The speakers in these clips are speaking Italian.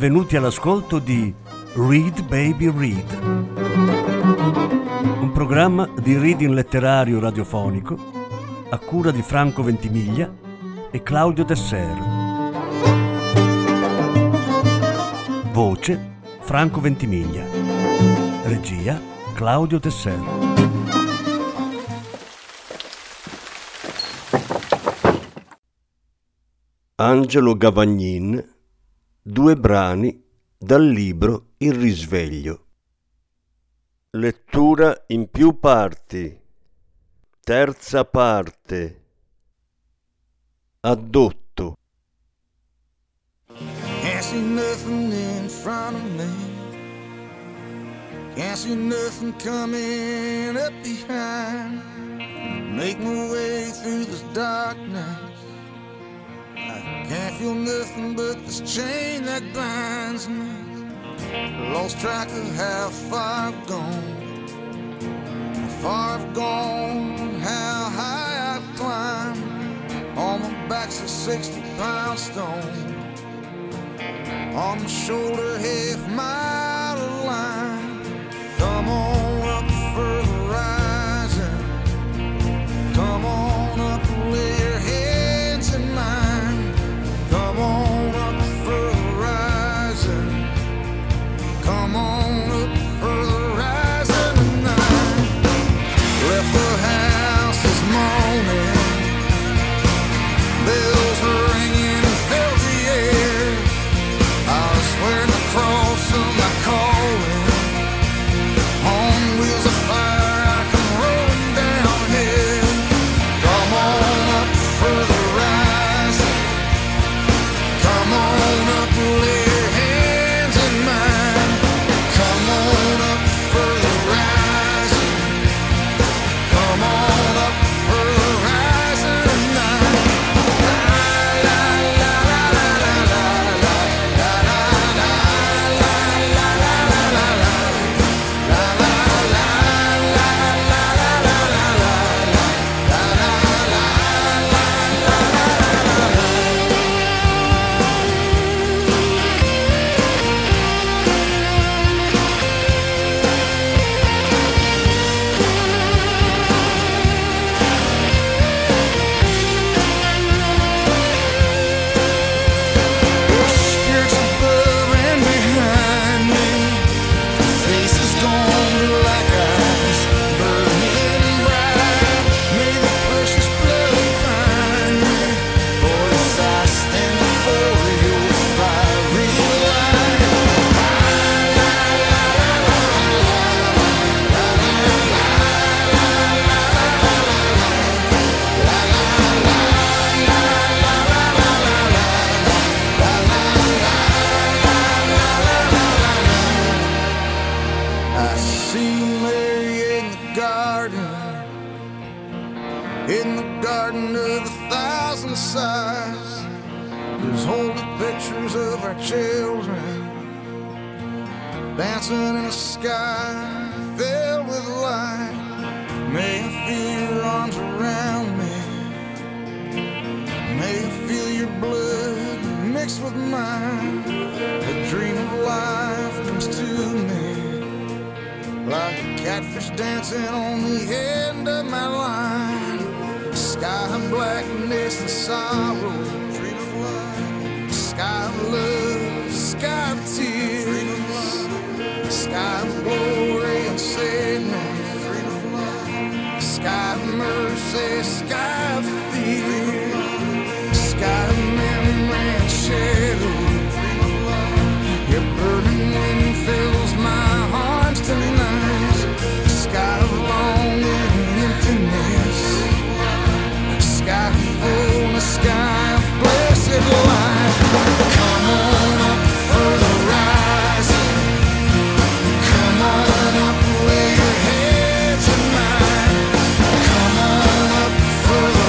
benvenuti all'ascolto di Read Baby Read, un programma di reading letterario radiofonico a cura di Franco Ventimiglia e Claudio Desser. Voce Franco Ventimiglia. Regia Claudio Desser. Angelo Gavagnin, 2 brani dal libro Il risveglio. Lettura in più parti. Terza parte. Addotto. Can't see nothing in front of me. Can't see nothing coming up behind. Make my way through this darkness. I can't feel nothing but this chain that binds me. Lost track of how far I've gone. How far I've gone, how high I've climbed. On my back's a 60-pound stone. On my shoulder, half mile of line. Come on up for the rising. Come on up, lay your hands in mine. Come on up for the rising. Come on up for the rising tonight. Left the house this morning. Bells were ringing and filled the air. I was swearing to cross on my calling. On wheels of fire, I come rolling downhill. Come on up for the rising. Come on up, lay your hands in mine. Come on up for the rising. Come on up for the rising tonight. La la la la la la la la la la la la la la la. Spirits above and behind me. Faces gone like ice, burning bright. May the precious blood find me. Voice, I stand before your fiery light. I see Mary in the garden of 1,000 sighs. There's holy pictures of our children dancing in a sky filled with light. May I feel your arms around me. May I feel your blood mixed with mine. A dream of life comes to me like a catfish dancing on the end of my line. Sky of blackness and sorrow, dream of love. Sky of love, sky of tears. Dream of love. Sky of glory and sadness. Dream of love. Sky of mercy, sky of fear. Sky of memory and shadow. Dream of love. Your burning wind fills my arms tonight. Sky of longing and emptiness. Sky of fullness, sky of blessed life. Come on up for the rising. Come on up, lay your heads in mine. Come on up for the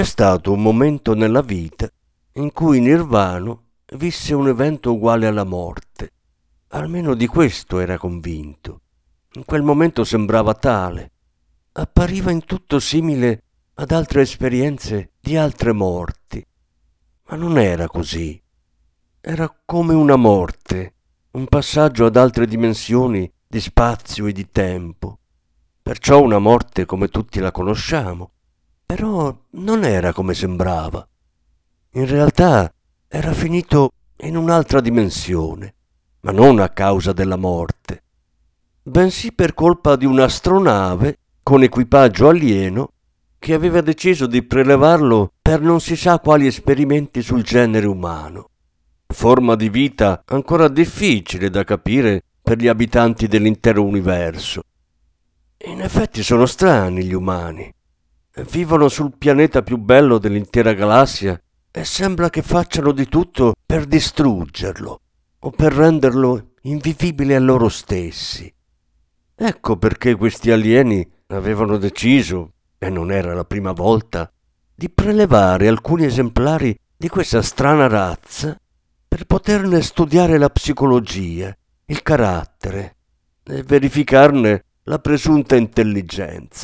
c'è stato un momento nella vita in cui Nirvano visse un evento uguale alla morte. Almeno di questo era convinto. In quel momento sembrava tale. Appariva in tutto simile ad altre esperienze di altre morti. Ma non era così. Era come una morte, un passaggio ad altre dimensioni di spazio e di tempo. Perciò una morte come tutti la conosciamo. Però non era come sembrava. In realtà era finito in un'altra dimensione, ma non a causa della morte, bensì per colpa di un'astronave con equipaggio alieno che aveva deciso di prelevarlo per non si sa quali esperimenti sul genere umano. Forma di vita ancora difficile da capire per gli abitanti dell'intero universo. In effetti sono strani gli umani. Vivono sul pianeta più bello dell'intera galassia e sembra che facciano di tutto per distruggerlo o per renderlo invivibile a loro stessi. Ecco perché questi alieni avevano deciso, e non era la prima volta, di prelevare alcuni esemplari di questa strana razza per poterne studiare la psicologia, il carattere e verificarne la presunta intelligenza.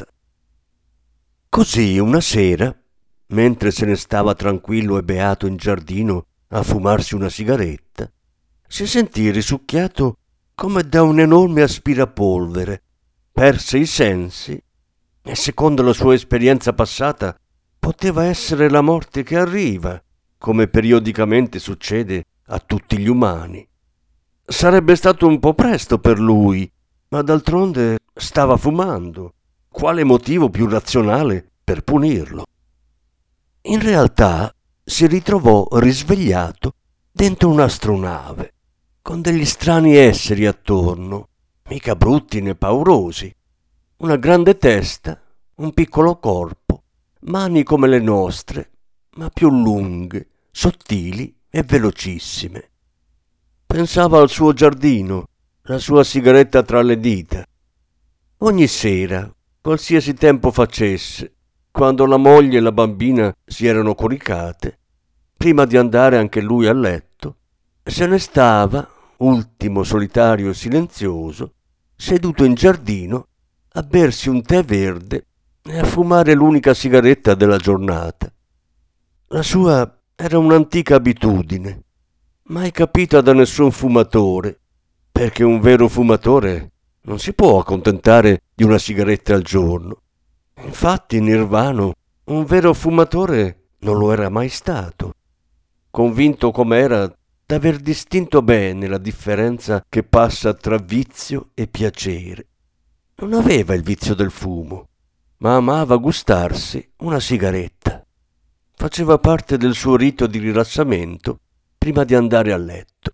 Così una sera, mentre se ne stava tranquillo e beato in giardino a fumarsi una sigaretta, si sentì risucchiato come da un enorme aspirapolvere, perse i sensi e, secondo la sua esperienza passata, poteva essere la morte che arriva, come periodicamente succede a tutti gli umani. Sarebbe stato un po' presto per lui, ma d'altronde stava fumando. Quale motivo più razionale per punirlo? In realtà si ritrovò risvegliato dentro un'astronave, con degli strani esseri attorno, mica brutti né paurosi. Una grande testa, un piccolo corpo, mani come le nostre, ma più lunghe, sottili e velocissime. Pensava al suo giardino, la sua sigaretta tra le dita. Ogni sera, qualsiasi tempo facesse, quando la moglie e la bambina si erano coricate, prima di andare anche lui a letto, se ne stava, ultimo solitario e silenzioso, seduto in giardino a bersi un tè verde e a fumare l'unica sigaretta della giornata. La sua era un'antica abitudine, mai capita da nessun fumatore, perché un vero fumatore non si può accontentare di una sigaretta al giorno. Infatti Nirvano, un vero fumatore, non lo era mai stato, convinto com'era d'aver distinto bene la differenza che passa tra vizio e piacere. Non aveva il vizio del fumo, ma amava gustarsi una sigaretta. Faceva parte del suo rito di rilassamento prima di andare a letto.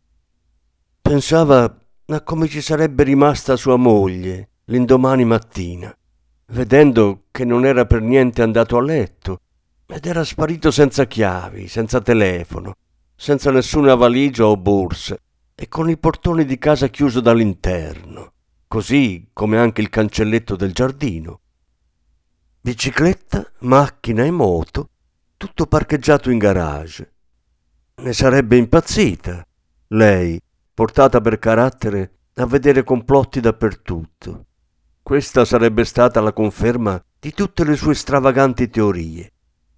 Pensava a come ci sarebbe rimasta sua moglie l'indomani mattina, vedendo che non era per niente andato a letto ed era sparito senza chiavi, senza telefono, senza nessuna valigia o borsa e con il portone di casa chiuso dall'interno, così come anche il cancelletto del giardino. Bicicletta, macchina e moto, tutto parcheggiato in garage. Ne sarebbe impazzita, lei, portata per carattere a vedere complotti dappertutto. Questa sarebbe stata la conferma di tutte le sue stravaganti teorie.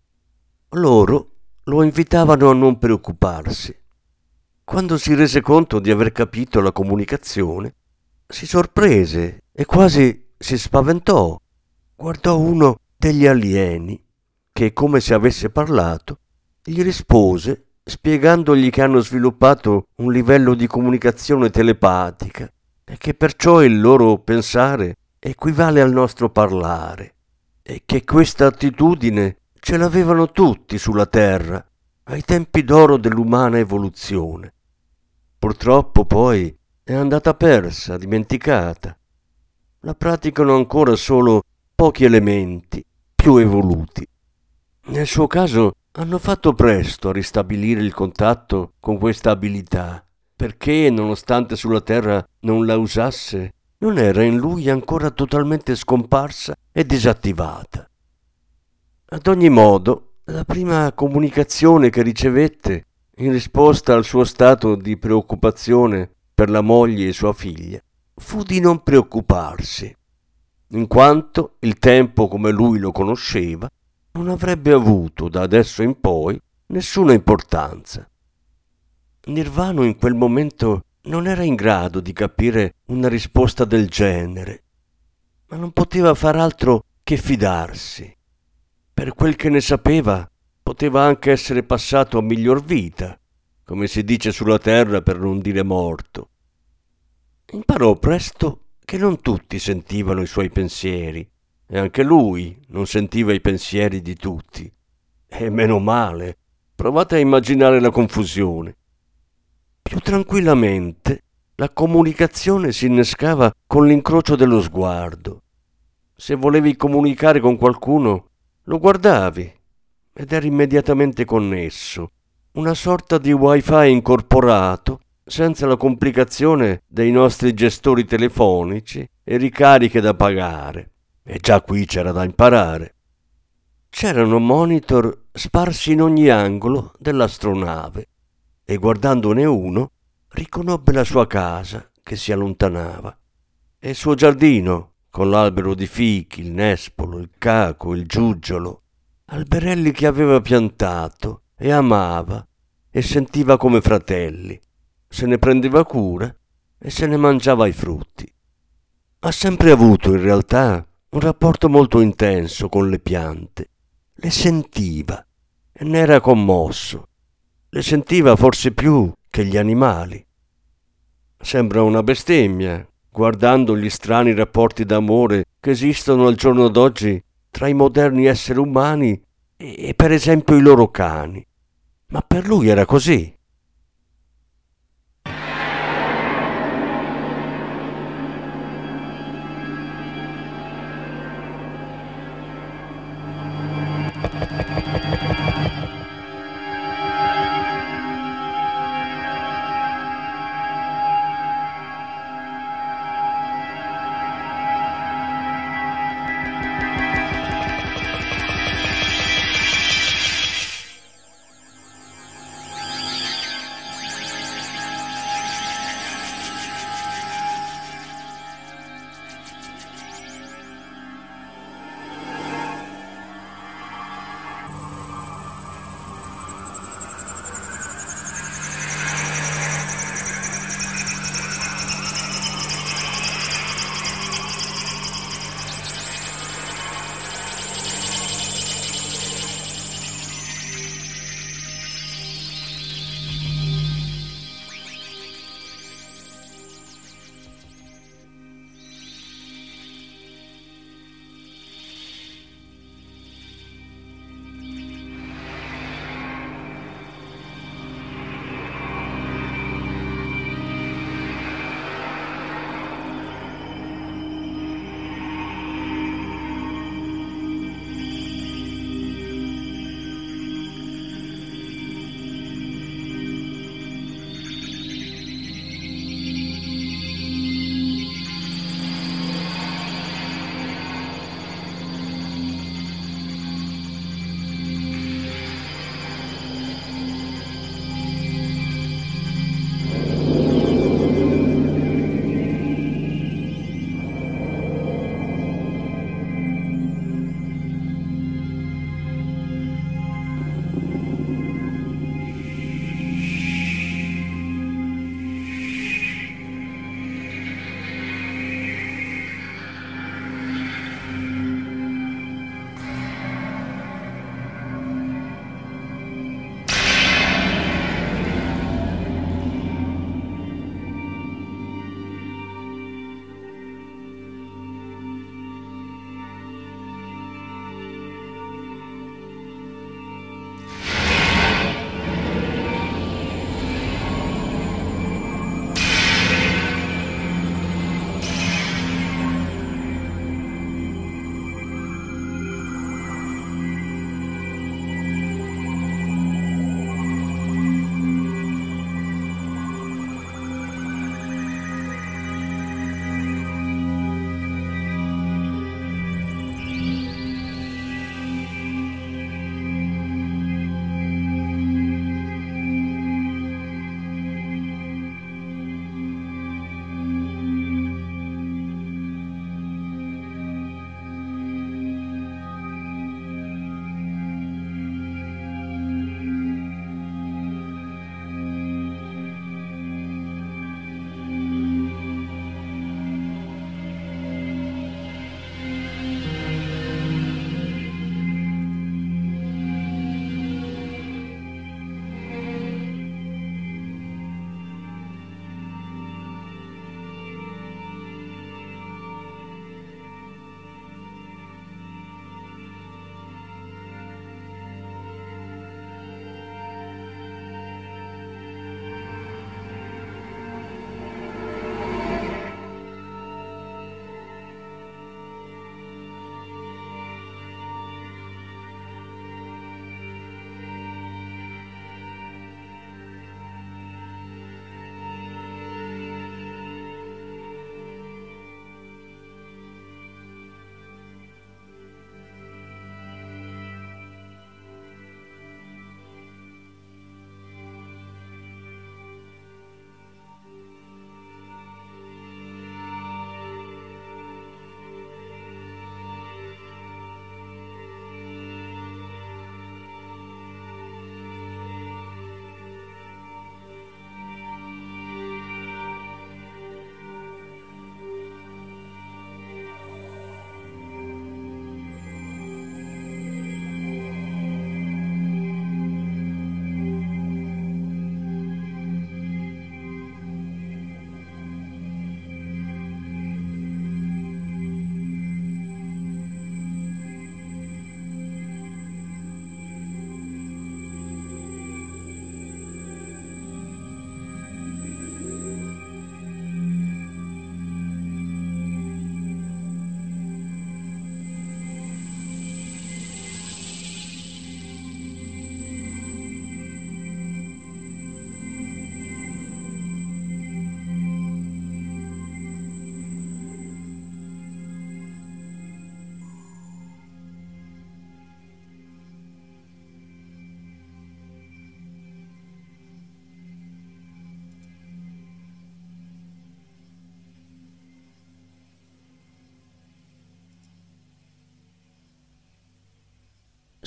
Loro lo invitavano a non preoccuparsi. Quando si rese conto di aver capito la comunicazione, si sorprese e quasi si spaventò. Guardò uno degli alieni che, come se avesse parlato, gli rispose spiegandogli che hanno sviluppato un livello di comunicazione telepatica e che perciò il loro pensare equivale al nostro parlare e che questa attitudine ce l'avevano tutti sulla Terra ai tempi d'oro dell'umana evoluzione. Purtroppo poi è andata persa, dimenticata. La praticano ancora solo pochi elementi più evoluti. Nel suo caso hanno fatto presto a ristabilire il contatto con questa abilità, perché, nonostante sulla Terra non la usasse, non era in lui ancora totalmente scomparsa e disattivata. Ad ogni modo, la prima comunicazione che ricevette in risposta al suo stato di preoccupazione per la moglie e sua figlia fu di non preoccuparsi, in quanto il tempo come lui lo conosceva non avrebbe avuto da adesso in poi nessuna importanza. Nirvano in quel momento non era in grado di capire una risposta del genere, ma non poteva far altro che fidarsi. Per quel che ne sapeva, poteva anche essere passato a miglior vita, come si dice sulla terra per non dire morto. Imparò presto che non tutti sentivano i suoi pensieri, e anche lui non sentiva i pensieri di tutti. E meno male, provate a immaginare la confusione. Più tranquillamente la comunicazione si innescava con l'incrocio dello sguardo. Se volevi comunicare con qualcuno, lo guardavi ed eri immediatamente connesso, una sorta di wifi incorporato, senza la complicazione dei nostri gestori telefonici e ricariche da pagare. E già qui c'era da imparare. C'erano monitor sparsi in ogni angolo dell'astronave e guardandone uno riconobbe la sua casa che si allontanava e il suo giardino con l'albero di fichi, il nespolo, il caco, il giuggiolo, alberelli che aveva piantato e amava e sentiva come fratelli. Se ne prendeva cura e se ne mangiava i frutti. Ha sempre avuto in realtà un rapporto molto intenso con le piante. Le sentiva e ne era commosso. Le sentiva forse più che gli animali. Sembra una bestemmia, guardando gli strani rapporti d'amore che esistono al giorno d'oggi tra i moderni esseri umani e per esempio i loro cani. Ma per lui era così.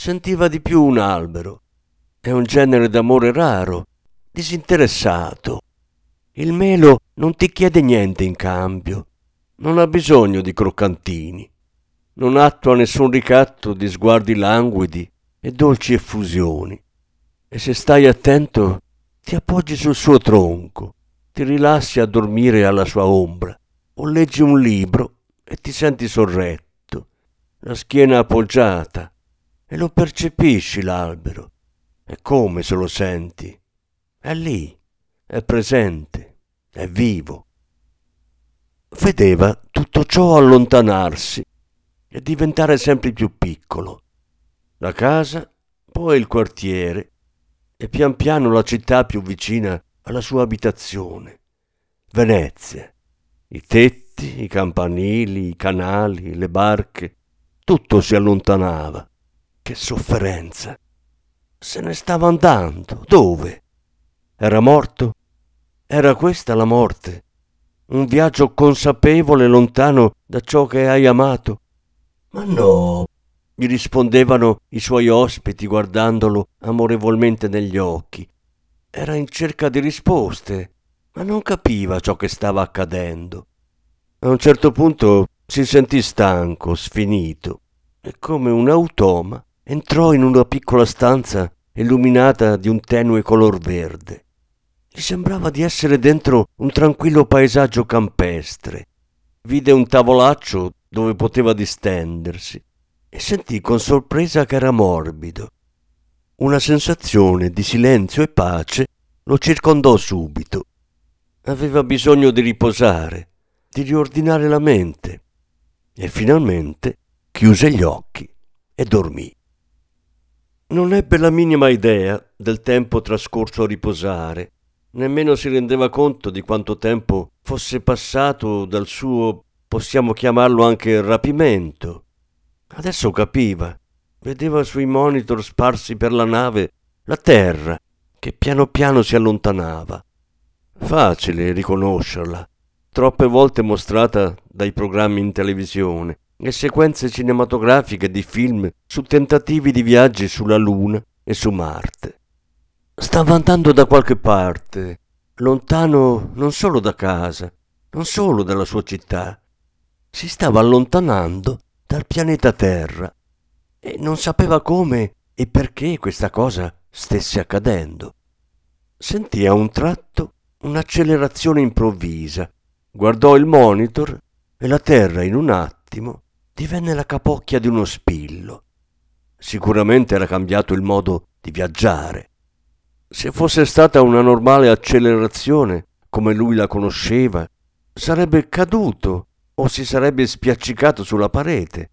sentiva di più un albero. È un genere d'amore raro, disinteressato. Il melo non ti chiede niente in cambio, non ha bisogno di croccantini, non attua nessun ricatto di sguardi languidi e dolci effusioni. E se stai attento, ti appoggi sul suo tronco, ti rilassi a dormire alla sua ombra, o leggi un libro e ti senti sorretto, la schiena appoggiata, e lo percepisci l'albero. E come se lo senti? È lì, è presente, è vivo. Vedeva tutto ciò allontanarsi e diventare sempre più piccolo. La casa, poi il quartiere, e pian piano la città più vicina alla sua abitazione. Venezia. I tetti, i campanili, i canali, le barche, tutto si allontanava. Che sofferenza! Se ne stava andando. Dove? Era morto? Era questa la morte? Un viaggio consapevole lontano da ciò che hai amato? Ma no, gli rispondevano i suoi ospiti guardandolo amorevolmente negli occhi. Era in cerca di risposte, ma non capiva ciò che stava accadendo. A un certo punto si sentì stanco, sfinito, e come un automa entrò in una piccola stanza illuminata di un tenue color verde. Gli sembrava di essere dentro un tranquillo paesaggio campestre. Vide un tavolaccio dove poteva distendersi e sentì con sorpresa che era morbido. Una sensazione di silenzio e pace lo circondò subito. Aveva bisogno di riposare, di riordinare la mente, e finalmente chiuse gli occhi e dormì. Non ebbe la minima idea del tempo trascorso a riposare, nemmeno si rendeva conto di quanto tempo fosse passato dal suo, possiamo chiamarlo anche rapimento. Adesso capiva, vedeva sui monitor sparsi per la nave la terra che piano piano si allontanava. Facile riconoscerla, troppe volte mostrata dai programmi in televisione e sequenze cinematografiche di film su tentativi di viaggi sulla Luna e su Marte. Stava andando da qualche parte, lontano non solo da casa, non solo dalla sua città. Si stava allontanando dal pianeta Terra e non sapeva come e perché questa cosa stesse accadendo. Sentì a un tratto un'accelerazione improvvisa, guardò il monitor e la Terra in un attimo divenne la capocchia di uno spillo. Sicuramente era cambiato il modo di viaggiare. Se fosse stata una normale accelerazione, come lui la conosceva, sarebbe caduto o si sarebbe spiaccicato sulla parete.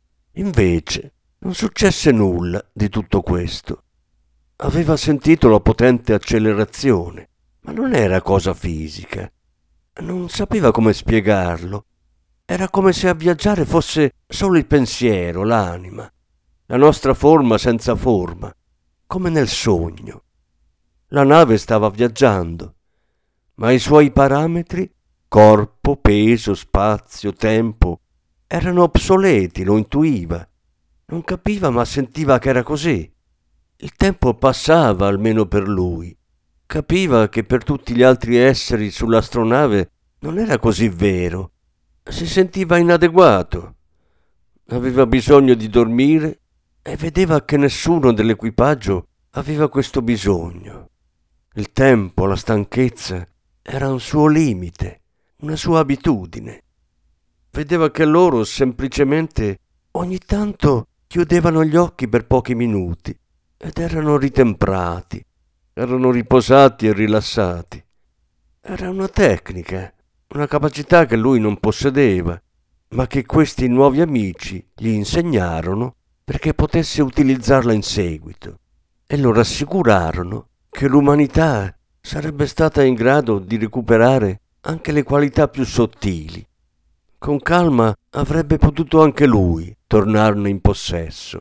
Invece non successe nulla di tutto questo. Aveva sentito la potente accelerazione, ma non era cosa fisica. Non sapeva come spiegarlo. Era come se a viaggiare fosse solo il pensiero, l'anima, la nostra forma senza forma, come nel sogno. La nave stava viaggiando, ma i suoi parametri, corpo, peso, spazio, tempo, erano obsoleti, lo intuiva. Non capiva, ma sentiva che era così. Il tempo passava, almeno per lui. Capiva che per tutti gli altri esseri sull'astronave non era così vero. Si sentiva inadeguato. Aveva bisogno di dormire e vedeva che nessuno dell'equipaggio aveva questo bisogno. Il tempo, la stanchezza, era un suo limite, una sua abitudine. Vedeva che loro semplicemente ogni tanto chiudevano gli occhi per pochi minuti ed erano ritemprati, erano riposati e rilassati. Era una tecnica, una capacità che lui non possedeva, ma che questi nuovi amici gli insegnarono perché potesse utilizzarla in seguito, e lo rassicurarono che l'umanità sarebbe stata in grado di recuperare anche le qualità più sottili. Con calma avrebbe potuto anche lui tornarne in possesso.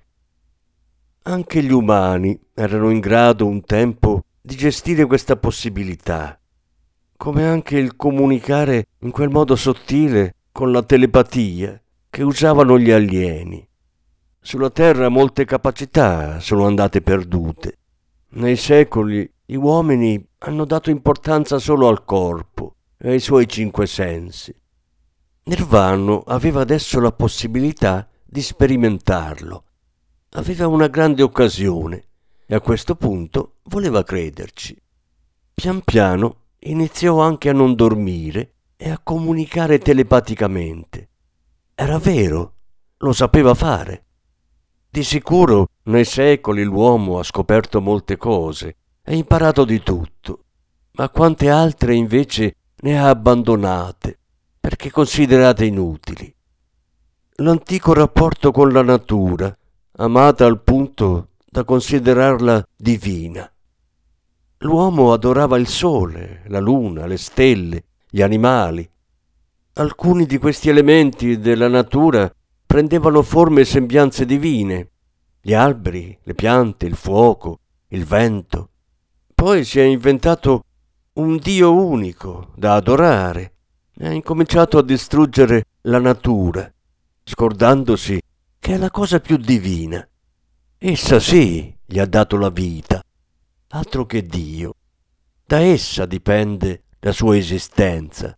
Anche gli umani erano in grado un tempo di gestire questa possibilità, come anche il comunicare in quel modo sottile con la telepatia che usavano gli alieni. Sulla Terra molte capacità sono andate perdute. Nei secoli gli uomini hanno dato importanza solo al corpo e ai suoi 5 sensi. Nirvana aveva adesso la possibilità di sperimentarlo. Aveva una grande occasione e a questo punto voleva crederci. Pian piano iniziò anche a non dormire e a comunicare telepaticamente. Era vero, lo sapeva fare. Di sicuro nei secoli l'uomo ha scoperto molte cose e imparato di tutto, ma quante altre invece ne ha abbandonate perché considerate inutili. L'antico rapporto con la natura, amata al punto da considerarla divina. L'uomo adorava il sole, la luna, le stelle, gli animali. Alcuni di questi elementi della natura prendevano forme e sembianze divine, gli alberi, le piante, il fuoco, il vento. Poi si è inventato un Dio unico da adorare e ha incominciato a distruggere la natura, scordandosi che è la cosa più divina. Essa sì gli ha dato la vita, altro che Dio. Da essa dipende la sua esistenza.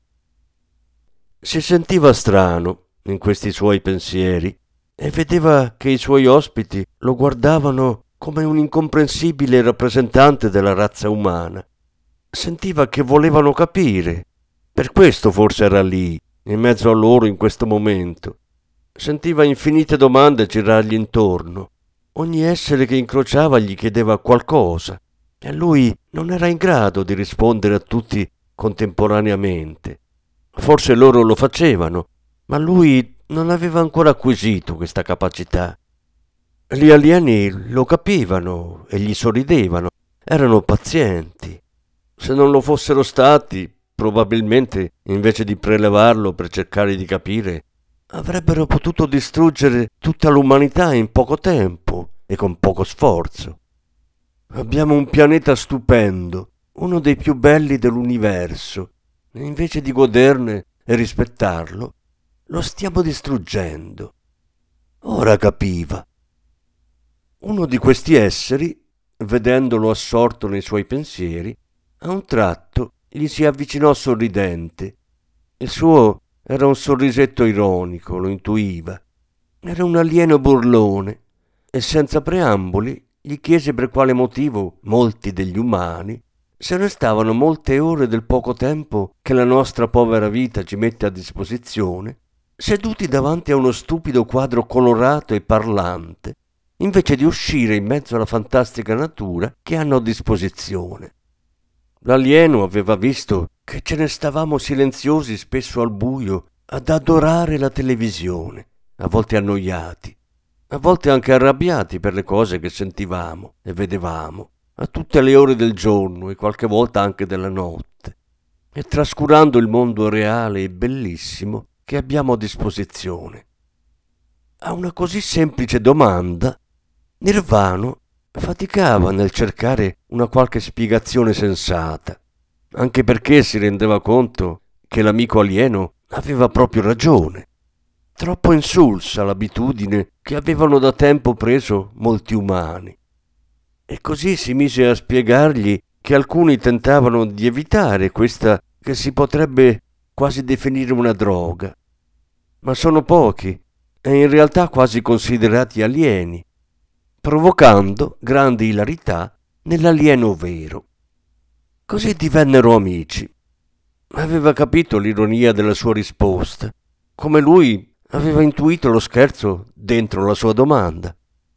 Si sentiva strano in questi suoi pensieri e vedeva che i suoi ospiti lo guardavano come un incomprensibile rappresentante della razza umana. Sentiva che volevano capire. Per questo forse era lì, in mezzo a loro in questo momento. Sentiva infinite domande girargli intorno. Ogni essere che incrociava gli chiedeva qualcosa e lui non era in grado di rispondere a tutti contemporaneamente. Forse loro lo facevano, ma lui non aveva ancora acquisito questa capacità. Gli alieni lo capivano e gli sorridevano, erano pazienti. Se non lo fossero stati, probabilmente, invece di prelevarlo per cercare di capire, avrebbero potuto distruggere tutta l'umanità in poco tempo e con poco sforzo. Abbiamo un pianeta stupendo, uno dei più belli dell'universo, e invece di goderne e rispettarlo, lo stiamo distruggendo. Ora capiva. Uno di questi esseri, vedendolo assorto nei suoi pensieri, a un tratto gli si avvicinò sorridente. Il suo era un sorrisetto ironico, lo intuiva. Era un alieno burlone e senza preamboli gli chiese per quale motivo molti degli umani se ne stavano molte ore del poco tempo che la nostra povera vita ci mette a disposizione, seduti davanti a uno stupido quadro colorato e parlante, invece di uscire in mezzo alla fantastica natura che hanno a disposizione. L'alieno aveva visto che ce ne stavamo silenziosi spesso al buio ad adorare la televisione, a volte annoiati, a volte anche arrabbiati per le cose che sentivamo e vedevamo, a tutte le ore del giorno e qualche volta anche della notte, e trascurando il mondo reale e bellissimo che abbiamo a disposizione. A una così semplice domanda, Nirvana faticava nel cercare una qualche spiegazione sensata, anche perché si rendeva conto che l'amico alieno aveva proprio ragione. Troppo insulsa l'abitudine che avevano da tempo preso molti umani. E così si mise a spiegargli che alcuni tentavano di evitare questa che si potrebbe quasi definire una droga, ma sono pochi e in realtà quasi considerati alieni, provocando grande ilarità nell'alieno vero. Così divennero amici. Aveva capito l'ironia della sua risposta, come lui aveva intuito lo scherzo dentro la sua domanda.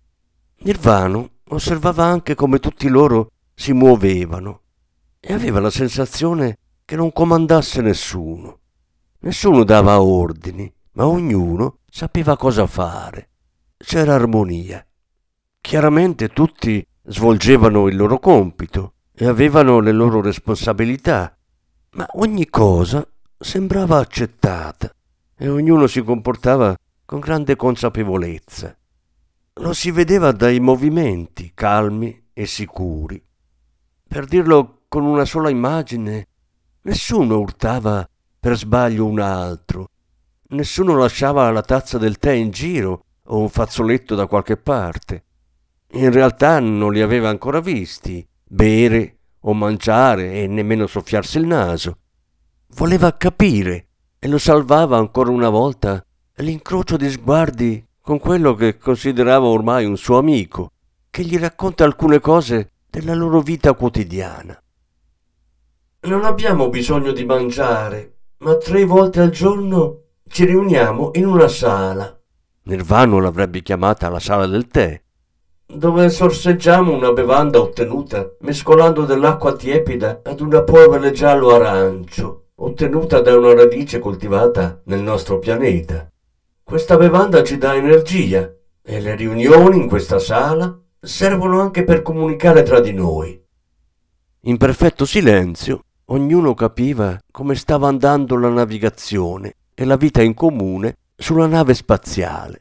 Nirvana osservava anche come tutti loro si muovevano e aveva la sensazione che non comandasse nessuno. Nessuno dava ordini, ma ognuno sapeva cosa fare. C'era armonia. Chiaramente tutti svolgevano il loro compito e avevano le loro responsabilità, ma ogni cosa sembrava accettata e ognuno si comportava con grande consapevolezza. Lo si vedeva dai movimenti calmi e sicuri. Per dirlo con una sola immagine, nessuno urtava per sbaglio un altro, nessuno lasciava la tazza del tè in giro o un fazzoletto da qualche parte. In realtà non li aveva ancora visti bere o mangiare e nemmeno soffiarsi il naso. Voleva capire e lo salvava ancora una volta l'incrocio di sguardi con quello che considerava ormai un suo amico, che gli racconta alcune cose della loro vita quotidiana. Non abbiamo bisogno di mangiare, ma 3 volte al giorno ci riuniamo in una sala. Nirvano l'avrebbe chiamata la sala del tè, dove sorseggiamo una bevanda ottenuta mescolando dell'acqua tiepida ad una polvere giallo-arancio, ottenuta da una radice coltivata nel nostro pianeta. Questa bevanda ci dà energia e le riunioni in questa sala servono anche per comunicare tra di noi. In perfetto silenzio, ognuno capiva come stava andando la navigazione e la vita in comune sulla nave spaziale.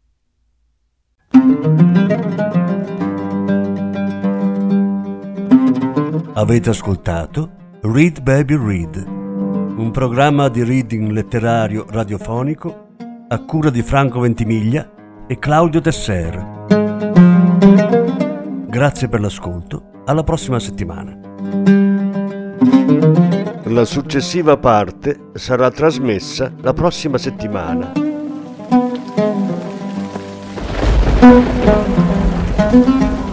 Avete ascoltato Read Baby Read, un programma di reading letterario radiofonico a cura di Franco Ventimiglia e Claudio Tesser. Grazie per l'ascolto, alla prossima settimana. La successiva parte sarà trasmessa la prossima settimana.